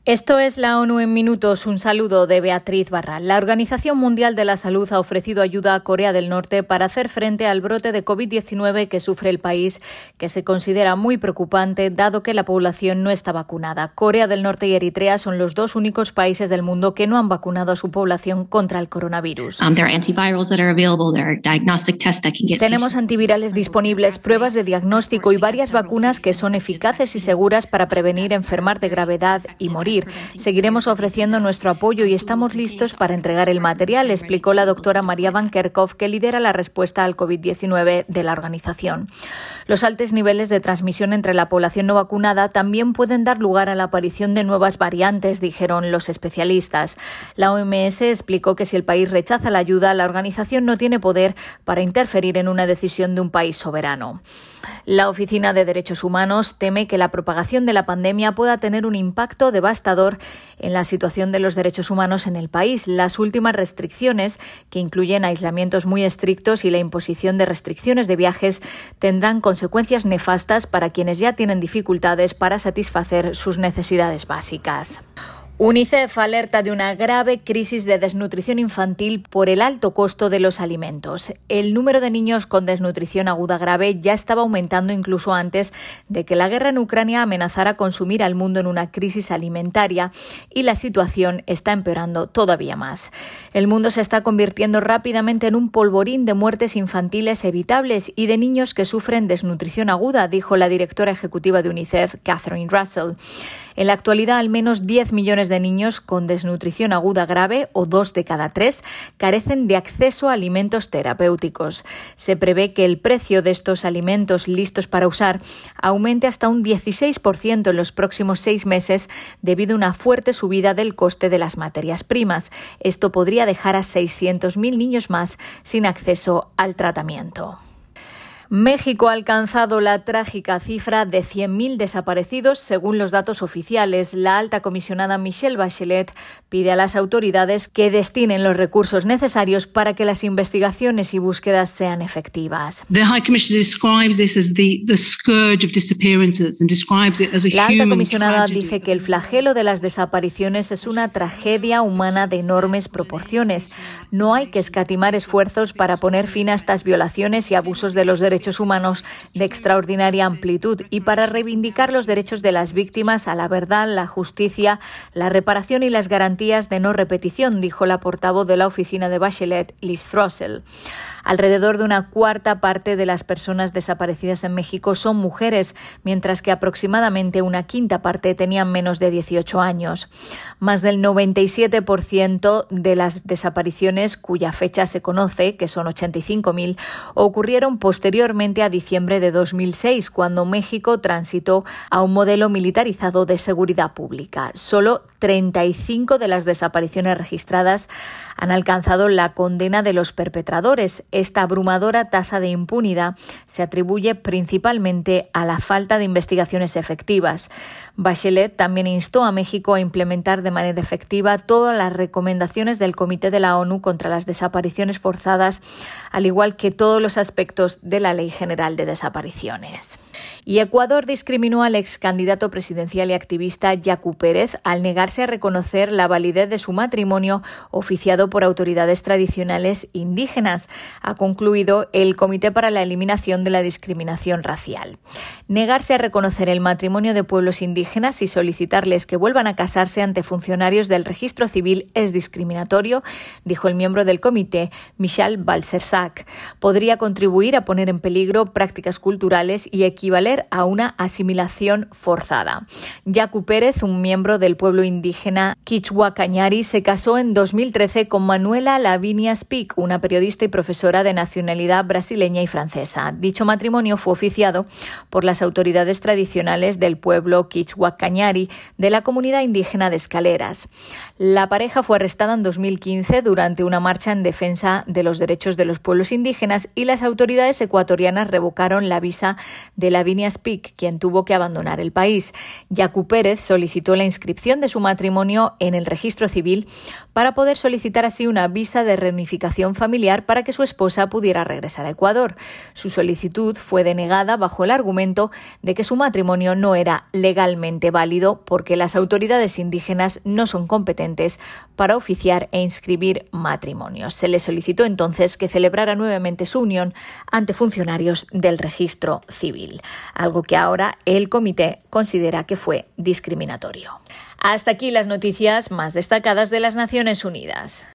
Esto es la ONU en minutos. Un saludo de Beatriz Barral. La Organización Mundial de la Salud ha ofrecido ayuda a Corea del Norte para hacer frente al brote de COVID-19 que sufre el país, que se considera muy preocupante dado que la población no está vacunada. Corea del Norte y Eritrea son los dos únicos países del mundo que no han vacunado a su población contra el coronavirus. Tenemos antivirales disponibles, pruebas de diagnóstico y varias vacunas que son eficaces y seguras para prevenir enfermar de gravedad y morir. Seguiremos ofreciendo nuestro apoyo y estamos listos para entregar el material, explicó la doctora María Van Kerkhove, que lidera la respuesta al COVID-19 de la organización. Los altos niveles de transmisión entre la población no vacunada también pueden dar lugar a la aparición de nuevas variantes, dijeron los especialistas. La OMS explicó que si el país rechaza la ayuda, la organización no tiene poder para interferir en una decisión de un país soberano. La Oficina de Derechos Humanos teme que la propagación de la pandemia pueda tener un impacto devastador en la situación de los derechos humanos en el país. Las últimas restricciones, que incluyen aislamientos muy estrictos y la imposición de restricciones de viajes, tendrán consecuencias nefastas para quienes ya tienen dificultades para satisfacer sus necesidades básicas. UNICEF alerta de una grave crisis de desnutrición infantil por el alto costo de los alimentos. El número de niños con desnutrición aguda grave ya estaba aumentando incluso antes de que la guerra en Ucrania amenazara con sumir al mundo en una crisis alimentaria, y la situación está empeorando todavía más. El mundo se está convirtiendo rápidamente en un polvorín de muertes infantiles evitables y de niños que sufren desnutrición aguda, dijo la directora ejecutiva de UNICEF, Catherine Russell. En la actualidad, al menos 10 millones de niños con desnutrición aguda grave, o 2 de cada 3, carecen de acceso a alimentos terapéuticos. Se prevé que el precio de estos alimentos listos para usar aumente hasta un 16% en los próximos 6 meses debido a una fuerte subida del coste de las materias primas. Esto podría dejar a 600.000 niños más sin acceso al tratamiento. México ha alcanzado la trágica cifra de 100.000 desaparecidos según los datos oficiales. La alta comisionada Michelle Bachelet pide a las autoridades que destinen los recursos necesarios para que las investigaciones y búsquedas sean efectivas. La alta comisionada dice que el flagelo de las desapariciones es una tragedia humana de enormes proporciones. No hay que escatimar esfuerzos para poner fin a estas violaciones y abusos de los derechos humanos de extraordinaria amplitud y para reivindicar los derechos de las víctimas a la verdad, la justicia, la reparación y las garantías de no repetición, dijo la portavoz de la oficina de Bachelet, Liz Throssell. Alrededor de una cuarta parte de las personas desaparecidas en México son mujeres, mientras que aproximadamente una quinta parte tenían menos de 18 años. Más del 97% de las desapariciones cuya fecha se conoce, que son 85.000, ocurrieron posteriormente a diciembre de 2006, cuando México transitó a un modelo militarizado de seguridad pública. Solo 35 de las desapariciones registradas han alcanzado la condena de los perpetradores. Esta abrumadora tasa de impunidad se atribuye principalmente a la falta de investigaciones efectivas. Bachelet también instó a México a implementar de manera efectiva todas las recomendaciones del Comité de la ONU contra las desapariciones forzadas, al igual que todos los aspectos de la Ley General de Desapariciones. Y Ecuador discriminó al ex candidato presidencial y activista Yacu Pérez al negarse a reconocer la validez de su matrimonio oficiado por autoridades tradicionales indígenas, ha concluido el Comité para la Eliminación de la Discriminación Racial. Negarse a reconocer el matrimonio de pueblos indígenas y solicitarles que vuelvan a casarse ante funcionarios del registro civil es discriminatorio, dijo el miembro del comité, Michal Balcerzac. Podría contribuir a poner en peligro prácticas culturales y equivaler a una asimilación forzada. Yacu Pérez, un miembro del pueblo indígena Quichua Cañari, se casó en 2013 con Manuela Lavinia Speak, una periodista y profesora de nacionalidad brasileña y francesa. Dicho matrimonio fue oficiado por las autoridades tradicionales del pueblo Quichua Cañari de la comunidad indígena de Escaleras. La pareja fue arrestada en 2015 durante una marcha en defensa de los derechos de los pueblos indígenas y las autoridades ecuatorianas ecuatorianas revocaron la visa de Lavinia Speake, quien tuvo que abandonar el país. Yacu Pérez solicitó la inscripción de su matrimonio en el registro civil para poder solicitar así una visa de reunificación familiar para que su esposa pudiera regresar a Ecuador. Su solicitud fue denegada bajo el argumento de que su matrimonio no era legalmente válido porque las autoridades indígenas no son competentes para oficiar e inscribir matrimonios. Se le solicitó entonces que celebrara nuevamente su unión ante funcionarios del registro civil, algo que ahora el comité considera que fue discriminatorio. Hasta aquí las noticias más destacadas de las Naciones Unidas.